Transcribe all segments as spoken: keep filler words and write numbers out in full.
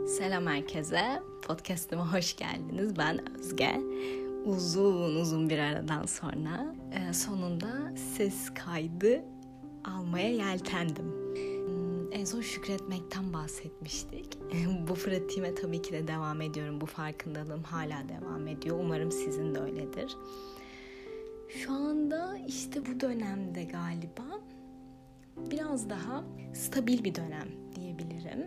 Selam herkese. Podcast'ıma hoş geldiniz. Ben Özge. Uzun uzun bir aradan sonra e, sonunda ses kaydı almaya yeltendim. En son şükretmekten bahsetmiştik. Bu pratiğime tabii ki de devam ediyorum. Bu farkındalığım hala devam ediyor. Umarım sizin de öyledir. Şu anda işte bu dönemde galiba biraz daha stabil bir dönem diyebilirim.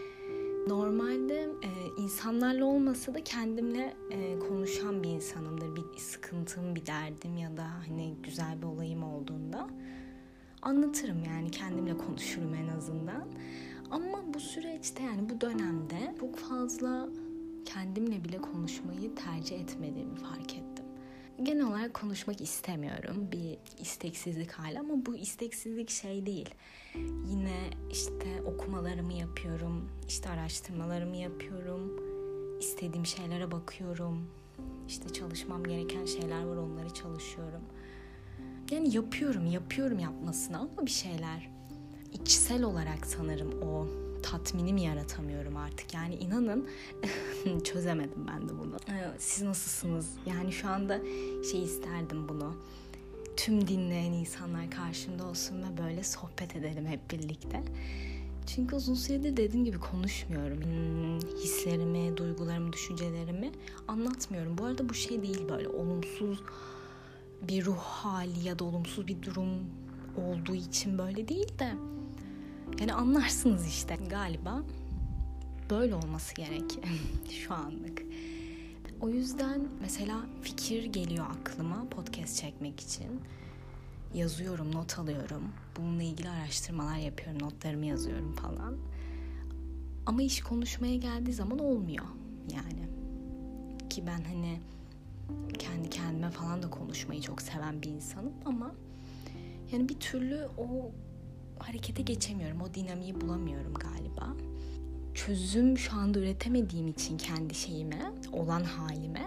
Normalde e, insanlarla olmasa da kendimle e, konuşan bir insanımdır. Bir sıkıntım, bir derdim ya da hani güzel bir olayım olduğunda anlatırım, yani kendimle konuşurum en azından. Ama bu süreçte, yani bu dönemde çok fazla kendimle bile konuşmayı tercih etmediğimi fark ettim. Genel olarak konuşmak istemiyorum. Bir isteksizlik hali, ama bu isteksizlik şey değil. Yine işte okumalarımı yapıyorum, işte araştırmalarımı yapıyorum, istediğim şeylere bakıyorum, işte çalışmam gereken şeyler var, onları çalışıyorum. Yani yapıyorum, yapıyorum yapmasına ama bir şeyler. İçsel olarak sanırım o tatminimi yaratamıyorum artık. Yani inanın çözemedim ben de bunu. Siz nasılsınız? Yani şu anda şey isterdim bunu. Tüm dinleyen insanlar karşımda olsun ve böyle sohbet edelim hep birlikte. Çünkü uzun süredir dediğim gibi konuşmuyorum. Hmm, hislerimi, duygularımı, düşüncelerimi anlatmıyorum. Bu arada bu şey değil, böyle olumsuz bir ruh hali ya da olumsuz bir durum olduğu için böyle değil de, yani anlarsınız işte. Galiba böyle olması gerek şu anlık. O yüzden mesela fikir geliyor aklıma podcast çekmek için. Yazıyorum, not alıyorum. Bununla ilgili araştırmalar yapıyorum, notlarımı yazıyorum falan. Ama iş konuşmaya geldiği zaman olmuyor yani. Ki ben hani kendi kendime falan da konuşmayı çok seven bir insanım ama yani bir türlü o harekete geçemiyorum, o dinamiği bulamıyorum galiba. Çözüm şu anda üretemediğim için kendi şeyime, olan halime,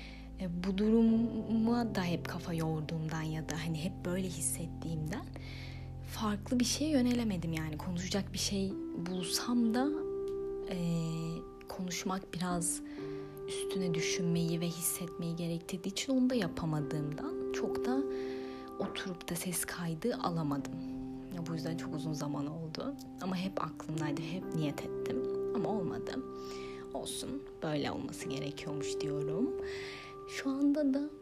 bu duruma da hep kafa yorduğumdan ya da hani hep böyle hissettiğimden farklı bir şeye yönelemedim. Yani konuşacak bir şey bulsam da e, konuşmak biraz üstüne düşünmeyi ve hissetmeyi gerektirdiği için onu da yapamadığımdan çok da oturup da ses kaydı alamadım. Ya bu yüzden çok uzun zaman oldu. Ama hep aklımdaydı, hep niyet ettim. Ama olmadı. Olsun, böyle olması gerekiyormuş diyorum. Şu anda da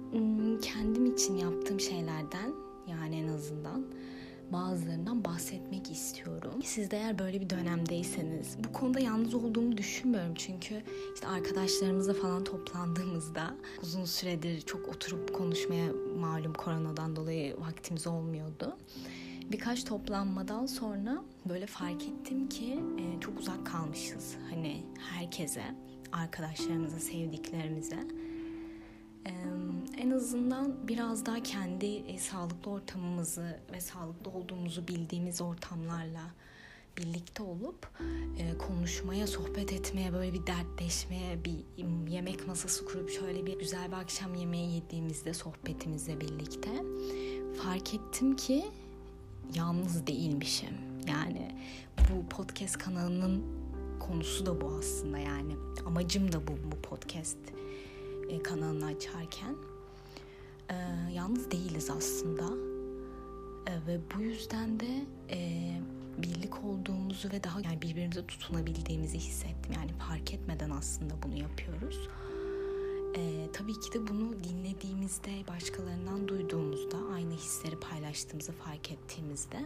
kendim için yaptığım şeylerden, yani en azından bazılarından bahsetmek istiyorum. Siz de eğer böyle bir dönemdeyseniz, bu konuda yalnız olduğumu düşünmüyorum. Çünkü işte arkadaşlarımızla falan toplandığımızda uzun süredir çok oturup konuşmaya, malum koronadan dolayı vaktimiz olmuyordu. Birkaç toplanmadan sonra böyle fark ettim ki e, çok uzak kalmışız. Hani herkese, arkadaşlarımıza, sevdiklerimize. E, en azından biraz daha kendi e, sağlıklı ortamımızı ve sağlıklı olduğumuzu bildiğimiz ortamlarla birlikte olup e, konuşmaya, sohbet etmeye, böyle bir dertleşmeye, bir yemek masası kurup şöyle bir güzel bir akşam yemeği yediğimizde sohbetimizle birlikte fark ettim ki yalnız değilmişim. Yani bu podcast kanalının konusu da bu aslında, yani amacım da bu, bu podcast e, kanalını açarken. E, yalnız değiliz aslında. E, ve bu yüzden de e, birlik olduğumuzu ve daha yani birbirimize tutunabildiğimizi hissettim. Yani fark etmeden aslında bunu yapıyoruz. Ee, tabii ki de bunu dinlediğimizde, başkalarından duyduğumuzda, aynı hisleri paylaştığımızı fark ettiğimizde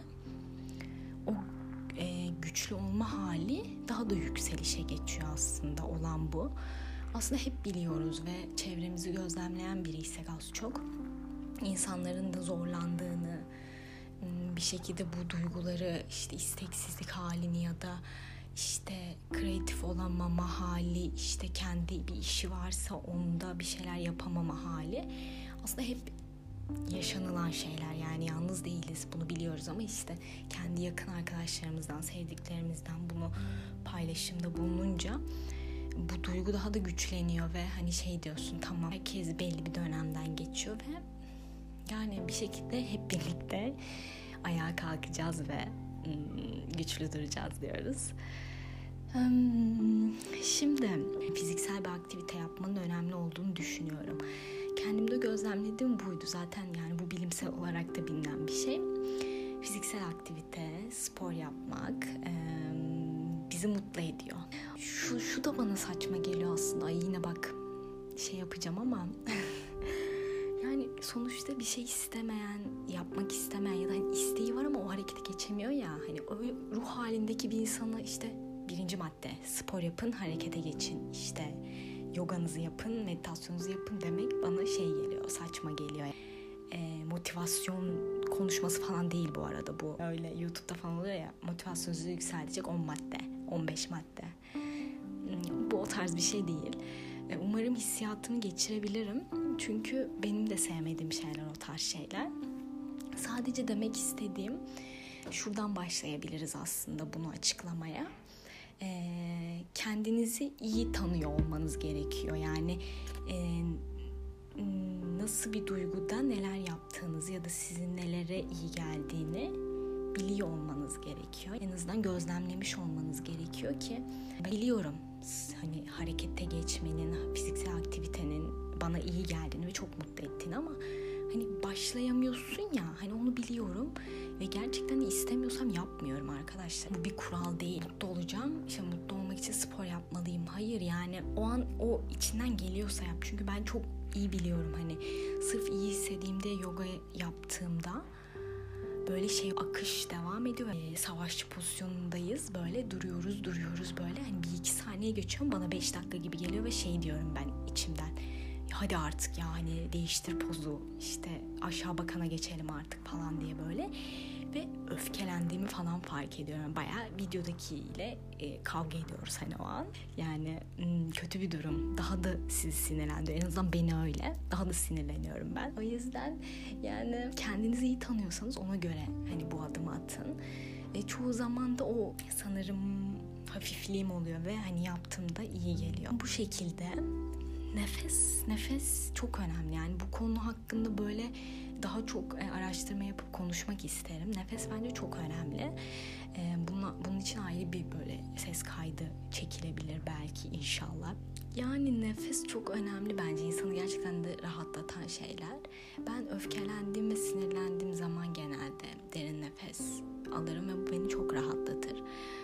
o e, güçlü olma hali daha da yükselişe geçiyor aslında, olan bu. Aslında hep biliyoruz ve çevremizi gözlemleyen biriysek az çok insanların da zorlandığını, bir şekilde bu duyguları, işte isteksizlik halini ya da İşte kreatif olamama hali, işte kendi bir işi varsa onda bir şeyler yapamama hali aslında hep yaşanılan şeyler. Yani yalnız değiliz, bunu biliyoruz ama işte kendi yakın arkadaşlarımızdan, sevdiklerimizden bunu paylaşımda bulununca bu duygu daha da güçleniyor ve hani şey diyorsun, tamam herkes belli bir dönemden geçiyor ve yani bir şekilde hep birlikte ayağa kalkacağız ve güçlü duracağız diyoruz. Şimdi fiziksel bir aktivite yapmanın önemli olduğunu düşünüyorum. Kendimde gözlemlediğim buydu. Zaten yani bu bilimsel olarak da bilinen bir şey. Fiziksel aktivite, spor yapmak bizi mutlu ediyor. Şu, şu da bana saçma geliyor aslında. Ay yine bak şey yapacağım ama yani sonuçta bir şey istemeyen, yapmak istemeyen ya da hani isteği var ama o harekete geçemiyor ya. Hani o ruh halindeki bir insana işte birinci madde spor yapın, harekete geçin, işte yoganızı yapın, meditasyonunuzu yapın demek bana şey geliyor, saçma geliyor. E, motivasyon konuşması falan değil bu arada bu. Öyle YouTube'da falan oluyor ya, motivasyonunuzu yükseltecek on madde, on beş madde. Bu o tarz bir şey değil. E, umarım hissiyatımı geçirebilirim. Çünkü benim de sevmediğim şeyler o tarz şeyler. Sadece demek istediğim, şuradan başlayabiliriz aslında bunu açıklamaya. E, kendinizi iyi tanıyor olmanız gerekiyor. Yani e, nasıl bir duyguda neler yaptığınızı ya da sizin nelere iyi geldiğini biliyor olmanız gerekiyor. En azından gözlemlemiş olmanız gerekiyor ki biliyorum hani harekete geçmenin, fiziksel aktivitenin bana iyi geldiğini ve çok mutlu ettiğini ama hani başlayamıyorsun ya, hani onu biliyorum ve gerçekten de istemiyorsam yapmıyorum arkadaşlar. Bu bir kural değil. Mutlu olacağım, işte mutlu olmak için spor yapmalıyım. Hayır, yani o an o içinden geliyorsa yap. Çünkü ben çok iyi biliyorum hani sırf iyi hissettiğimde yoga yaptığımda böyle şey akış devam ediyor. E, savaşçı pozisyonundayız. Böyle duruyoruz duruyoruz böyle. Hani bir iki saniye geçiyor, bana beş dakika gibi geliyor ve şey diyorum ben içimden. Ya hadi artık ya hani değiştir pozu. İşte aşağı bakana geçelim artık falan diye böyle. Ve öfkelendiğimi falan fark ediyorum. Bayağı videodakiyle e, kavga ediyoruz hani o an. Yani m, kötü bir durum. Daha da sizi sinirlendiriyor. En azından beni öyle. Daha da sinirleniyorum ben. O yüzden yani kendinizi iyi tanıyorsanız ona göre hani bu adımı atın. E, çoğu zaman da o sanırım hafifliğim oluyor ve hani yaptığımda iyi geliyor. Bu şekilde nefes, nefes çok önemli. Yani bu konu hakkında böyle daha çok e, araştırma yapıp konuşmak isterim. Nefes bence çok önemli. E, bunun, bunun için ayrı bir böyle ses kaydı çekilebilir belki inşallah. Yani nefes çok önemli bence. İnsanı gerçekten de rahatlatan şeyler. Ben öfkelendiğim ve sinirlendiğim zaman genelde derin nefes alırım ve bu beni çok rahatlatır.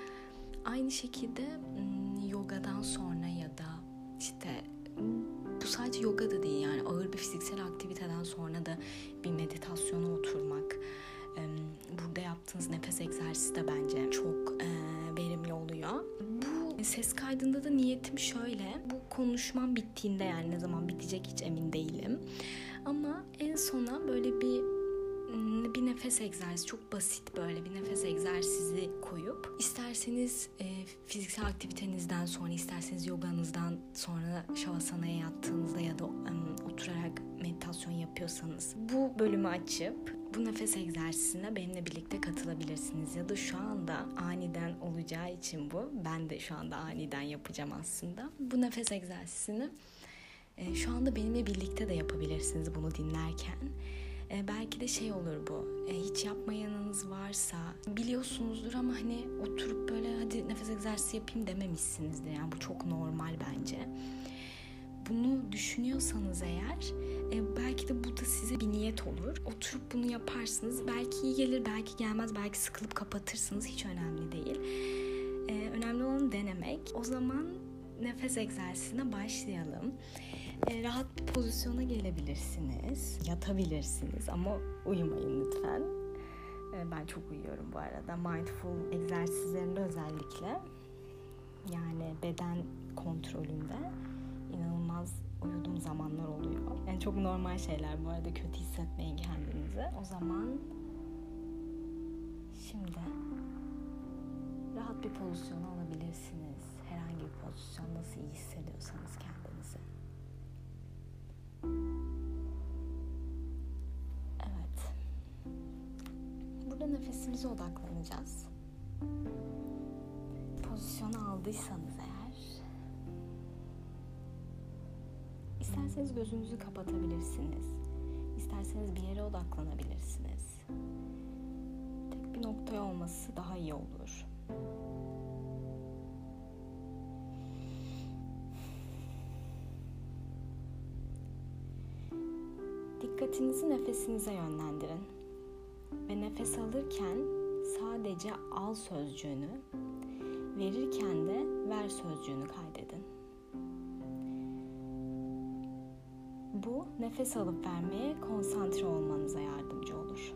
Aynı şekilde yogadan sonra ya da işte bu sadece yoga da değil, yani ağır bir fiziksel aktiviteden sonra da bir meditasyona oturmak, burada yaptığınız nefes egzersizi de bence çok verimli oluyor. Bu ses kaydında da niyetim şöyle, bu konuşmam bittiğinde, yani ne zaman bitecek hiç emin değilim, ama en sona böyle bir bir nefes egzersizi, çok basit böyle bir nefes egzersizi koyup isterseniz e, fiziksel aktivitenizden sonra, isterseniz yoganızdan sonra şavasanaya yattığınızda ya da um, oturarak meditasyon yapıyorsanız bu bölümü açıp bu nefes egzersizine benimle birlikte katılabilirsiniz. Ya da şu anda aniden olacağı için bu, ben de şu anda aniden yapacağım aslında. Bu nefes egzersizini e, şu anda benimle birlikte de yapabilirsiniz bunu dinlerken. Ee, belki de şey olur bu, ee, hiç yapmayanınız varsa biliyorsunuzdur ama hani oturup böyle hadi nefes egzersizi yapayım dememişsinizdir. Yani bu çok normal bence. Bunu düşünüyorsanız eğer e, belki de bu da size bir niyet olur. Oturup bunu yaparsınız. Belki iyi gelir, belki gelmez, belki sıkılıp kapatırsınız. Hiç önemli değil. Ee, önemli olan denemek. O zaman nefes egzersizine başlayalım. E, rahat bir pozisyona gelebilirsiniz, yatabilirsiniz ama uyumayın lütfen. E, ben çok uyuyorum bu arada. Mindful egzersizlerinde özellikle, yani beden kontrolünde inanılmaz uyuduğum zamanlar oluyor. Yani çok normal şeyler bu arada, kötü hissetmeyin kendinizi. O zaman şimdi rahat bir pozisyona alabilirsiniz. Herhangi bir pozisyon, nasıl iyi hissediyorsanız kendinizi. Evet. Burada nefesimize odaklanacağız. Pozisyonu aldıysanız eğer, isterseniz gözünüzü kapatabilirsiniz. İsterseniz bir yere odaklanabilirsiniz. Tek bir noktaya olması daha iyi olur. Dikkatinizi nefesinize yönlendirin ve nefes alırken sadece al sözcüğünü, verirken de ver sözcüğünü kaydedin. Bu nefes alıp vermeye konsantre olmanıza yardımcı olur.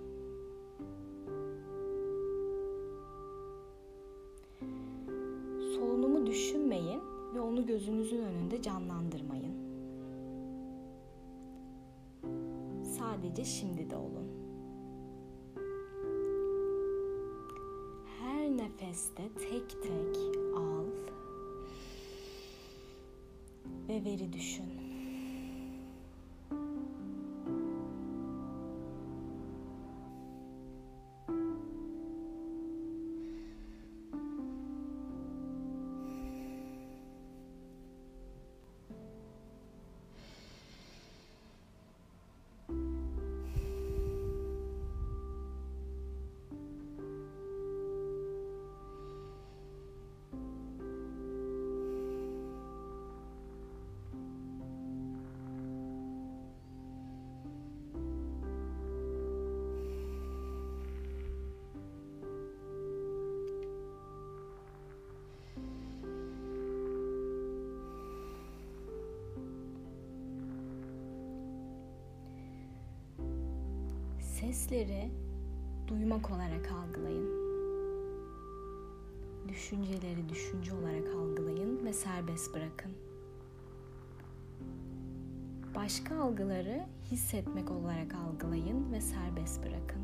Solunumu düşünmeyin ve onu gözünüzün önünde canlandırmayın. Sadece şimdi de olun. Her nefeste tek tek al ve veri düşün. Sesleri duymak olarak algılayın. Düşünceleri düşünce olarak algılayın ve serbest bırakın. Başka algıları hissetmek olarak algılayın ve serbest bırakın.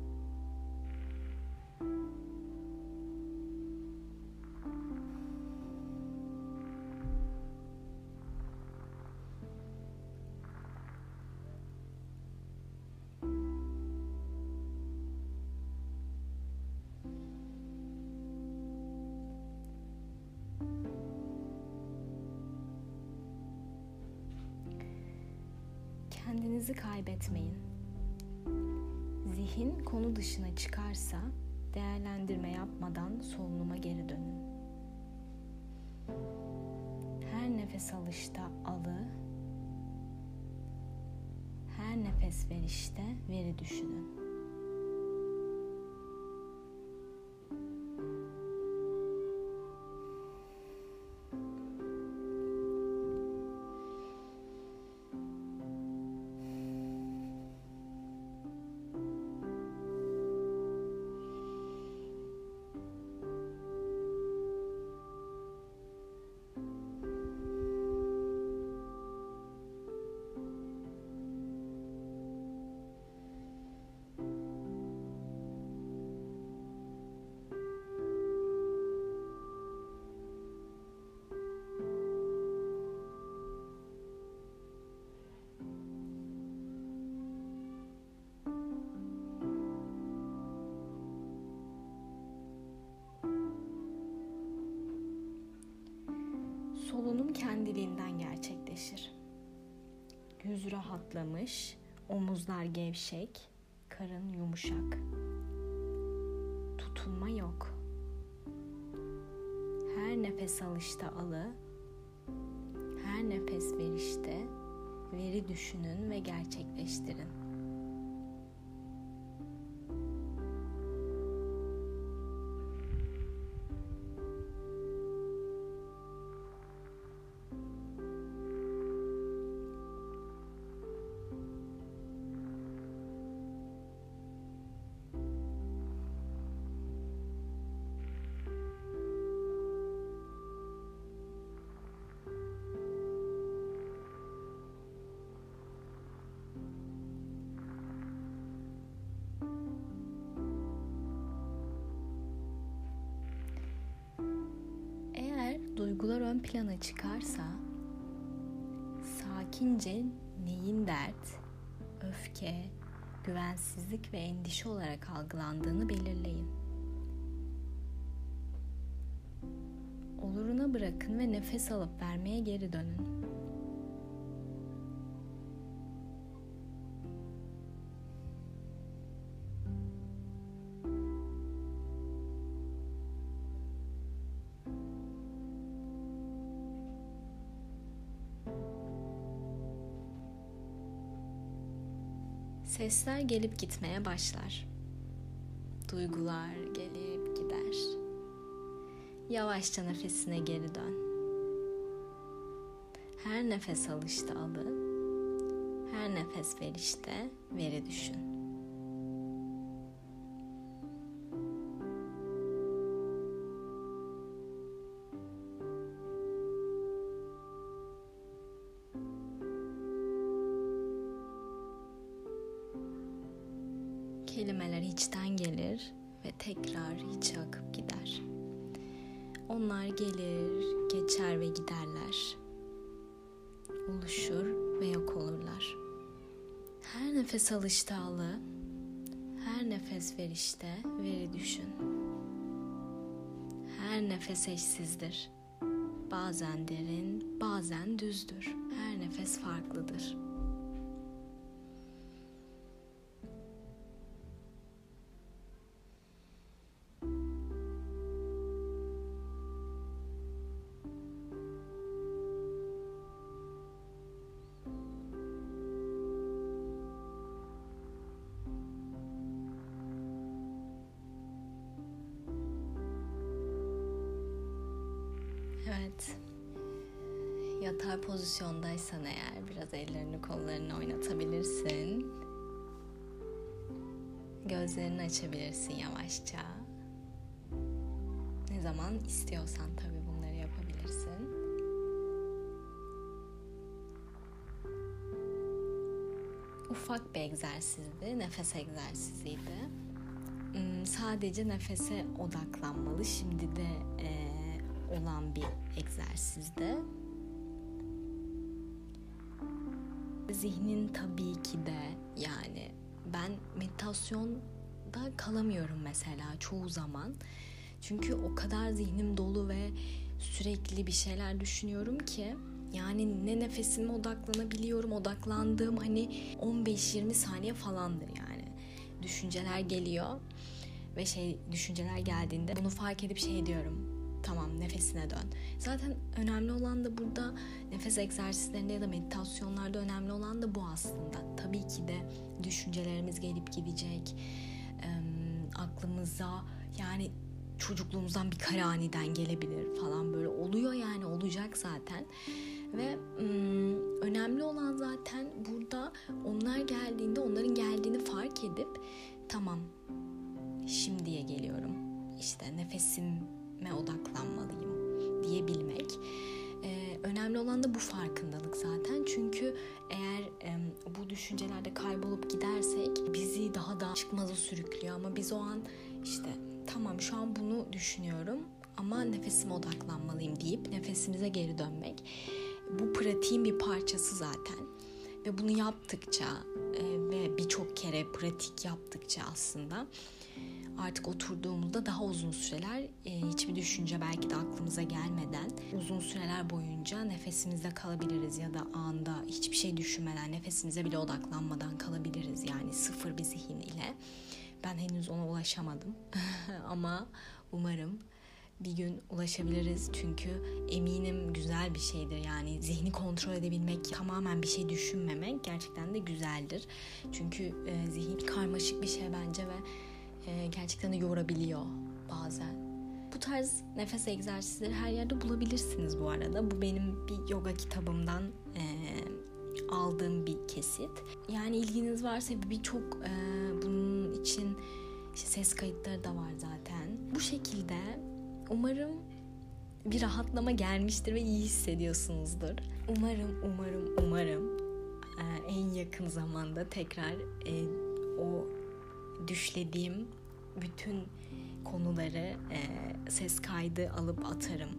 Kendinizi kaybetmeyin. Zihin konu dışına çıkarsa değerlendirme yapmadan solunuma geri dönün. Her nefes alışta alı, her nefes verişte veri düşünün. Solunum kendiliğinden gerçekleşir. Yüz rahatlamış, omuzlar gevşek, karın yumuşak. Tutunma yok. Her nefes alışta alı, her nefes verişte veri düşünün ve gerçekleştirin. Duygular ön plana çıkarsa sakince neyin dert, öfke, güvensizlik ve endişe olarak algılandığını belirleyin. Oluruna bırakın ve nefes alıp vermeye geri dönün. Sesler gelip gitmeye başlar. Duygular gelip gider. Yavaşça nefesine geri dön. Her nefes alışta alı, her nefes verişte veri düşün. Kelimeler içten gelir ve tekrar içe akıp gider. Onlar gelir, geçer ve giderler. Oluşur ve yok olurlar. Her nefes alışta alı, her nefes verişte veri düşün. Her nefes eşsizdir. Bazen derin, bazen düzdür. Her nefes farklıdır. Evet, yatay pozisyondaysan eğer biraz ellerini kollarını oynatabilirsin. Gözlerini açabilirsin yavaşça. Ne zaman istiyorsan tabii bunları yapabilirsin. Ufak bir egzersizdi, nefes egzersiziydi. Sadece nefese odaklanmalı. Şimdi de e, olan bir egzersizde. Zihnin tabii ki de, yani ben meditasyonda kalamıyorum mesela çoğu zaman. Çünkü o kadar zihnim dolu ve sürekli bir şeyler düşünüyorum ki yani ne nefesime odaklanabiliyorum. Odaklandığım hani on beş yirmi saniye falandır yani. Düşünceler geliyor ve şey düşünceler geldiğinde bunu fark edip şey diyorum. Tamam, nefesine dön. Zaten önemli olan da burada nefes egzersizlerinde ya da meditasyonlarda önemli olan da bu aslında. Tabii ki de düşüncelerimiz gelip gidecek. E, aklımıza yani çocukluğumuzdan bir kare aniden gelebilir falan, böyle oluyor yani, olacak zaten. Ve ım, önemli olan zaten burada onlar geldiğinde onların geldiğini fark edip tamam şimdiye geliyorum. İşte nefesime odaklanmalıyım diyebilmek. Ee, önemli olan da bu farkındalık zaten. Çünkü eğer e, bu düşüncelerde kaybolup gidersek bizi daha da çıkmaza sürüklüyor. Ama biz o an işte tamam şu an bunu düşünüyorum ama nefesime odaklanmalıyım deyip nefesimize geri dönmek. Bu pratiğin bir parçası zaten. Ve bunu yaptıkça e, ve birçok kere pratik yaptıkça aslında artık oturduğumuzda daha uzun süreler e, hiçbir düşünce belki de aklımıza gelmeden uzun süreler boyunca nefesimizde kalabiliriz ya da anda hiçbir şey düşünmeden nefesimize bile odaklanmadan kalabiliriz, yani sıfır bir zihin ile. Ben henüz ona ulaşamadım ama umarım bir gün ulaşabiliriz, çünkü eminim güzel bir şeydir. Yani zihni kontrol edebilmek, tamamen bir şey düşünmemek gerçekten de güzeldir. Çünkü e, zihin karmaşık bir şey bence ve e, gerçekten de yorabiliyor bazen. Bu tarz nefes egzersizleri her yerde bulabilirsiniz bu arada. Bu benim bir yoga kitabımdan e, aldığım bir kesit. Yani ilginiz varsa birçok e, bunun için işte ses kayıtları da var zaten. Bu şekilde umarım bir rahatlama gelmiştir ve iyi hissediyorsunuzdur. Umarım, umarım, umarım e, en yakın zamanda tekrar e, o düşlediğim bütün konuları e, ses kaydı alıp atarım.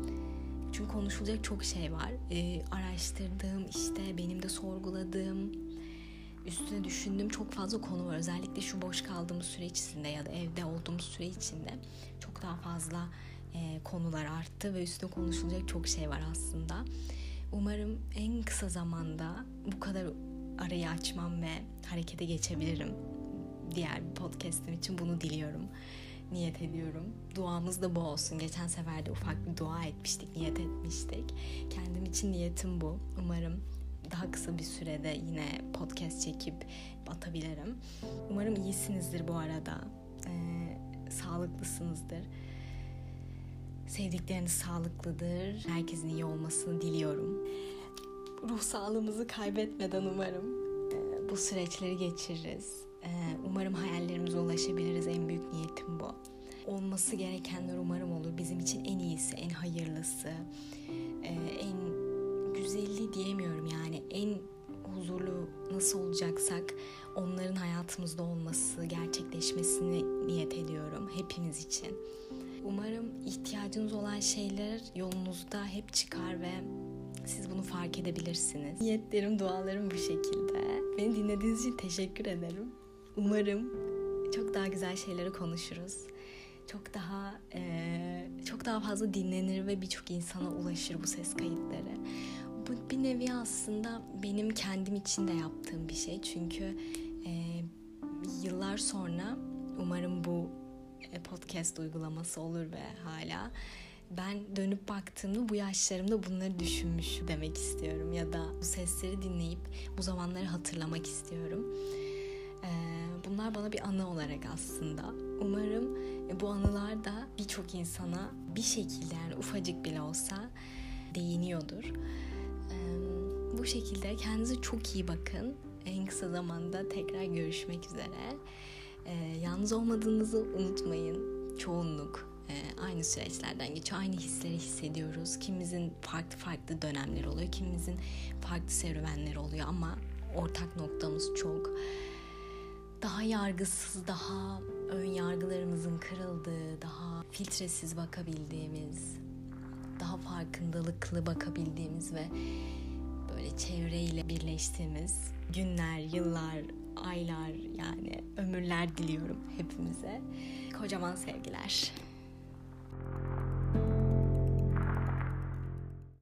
Çünkü konuşulacak çok şey var. E, araştırdığım, işte benim de sorguladığım, üstüne düşündüğüm çok fazla konu var. Özellikle şu boş kaldığımız süre içinde ya da evde olduğumuz süre içinde çok daha fazla e, konular arttı ve üstüne konuşulacak çok şey var aslında. Umarım en kısa zamanda bu kadar arayı açmam ve harekete geçebilirim. Diğer bir podcast'im için bunu diliyorum. Niyet ediyorum. Duamız da bu olsun. Geçen sefer de ufak bir dua etmiştik, niyet etmiştik. Kendim için niyetim bu. Umarım daha kısa bir sürede yine podcast çekip atabilirim. Umarım iyisinizdir bu arada. Ee, sağlıklısınızdır. Sevdikleriniz sağlıklıdır. Herkesin iyi olmasını diliyorum. Ruh sağlığımızı kaybetmeden umarım e, bu süreçleri geçiririz. E, umarım hayallerimize ulaşabiliriz. En büyük niyetim bu. Olması gerekenler umarım olur. Bizim için en iyisi, en hayırlısı, e, en güzelliği diyemiyorum yani. En huzurlu nasıl olacaksak onların hayatımızda olması, gerçekleşmesini niyet ediyorum hepimiz için. Umarım ihtiyacınız olan şeyler yolunuzda hep çıkar ve siz bunu fark edebilirsiniz. Niyetlerim, dualarım bu şekilde. Beni dinlediğiniz için teşekkür ederim. Umarım çok daha güzel şeyleri konuşuruz. Çok daha e, çok daha fazla dinlenir ve birçok insana ulaşır bu ses kayıtları. Bu bir nevi aslında benim kendim için de yaptığım bir şey. Çünkü e, yıllar sonra umarım bu podcast uygulaması olur ve hala ben dönüp baktığımda bu yaşlarımda bunları düşünmüş demek istiyorum ya da bu sesleri dinleyip bu zamanları hatırlamak istiyorum. Bunlar bana bir anı olarak aslında. Umarım bu anılar da birçok insana bir şekilde, yani ufacık bile olsa değiniyordur. Bu şekilde kendinize çok iyi bakın. En kısa zamanda tekrar görüşmek üzere. Yalnız olmadığınızı unutmayın. Çoğunluk aynı süreçlerden geçiyor. Aynı hisleri hissediyoruz. Kimimizin farklı farklı dönemleri oluyor. Kimimizin farklı serüvenleri oluyor ama ortak noktamız çok. Daha yargısız, daha ön yargılarımızın kırıldığı, daha filtresiz bakabildiğimiz, daha farkındalıklı bakabildiğimiz ve böyle çevreyle birleştiğimiz günler, yıllar, aylar, yani ömürler diliyorum hepimize. Kocaman sevgiler.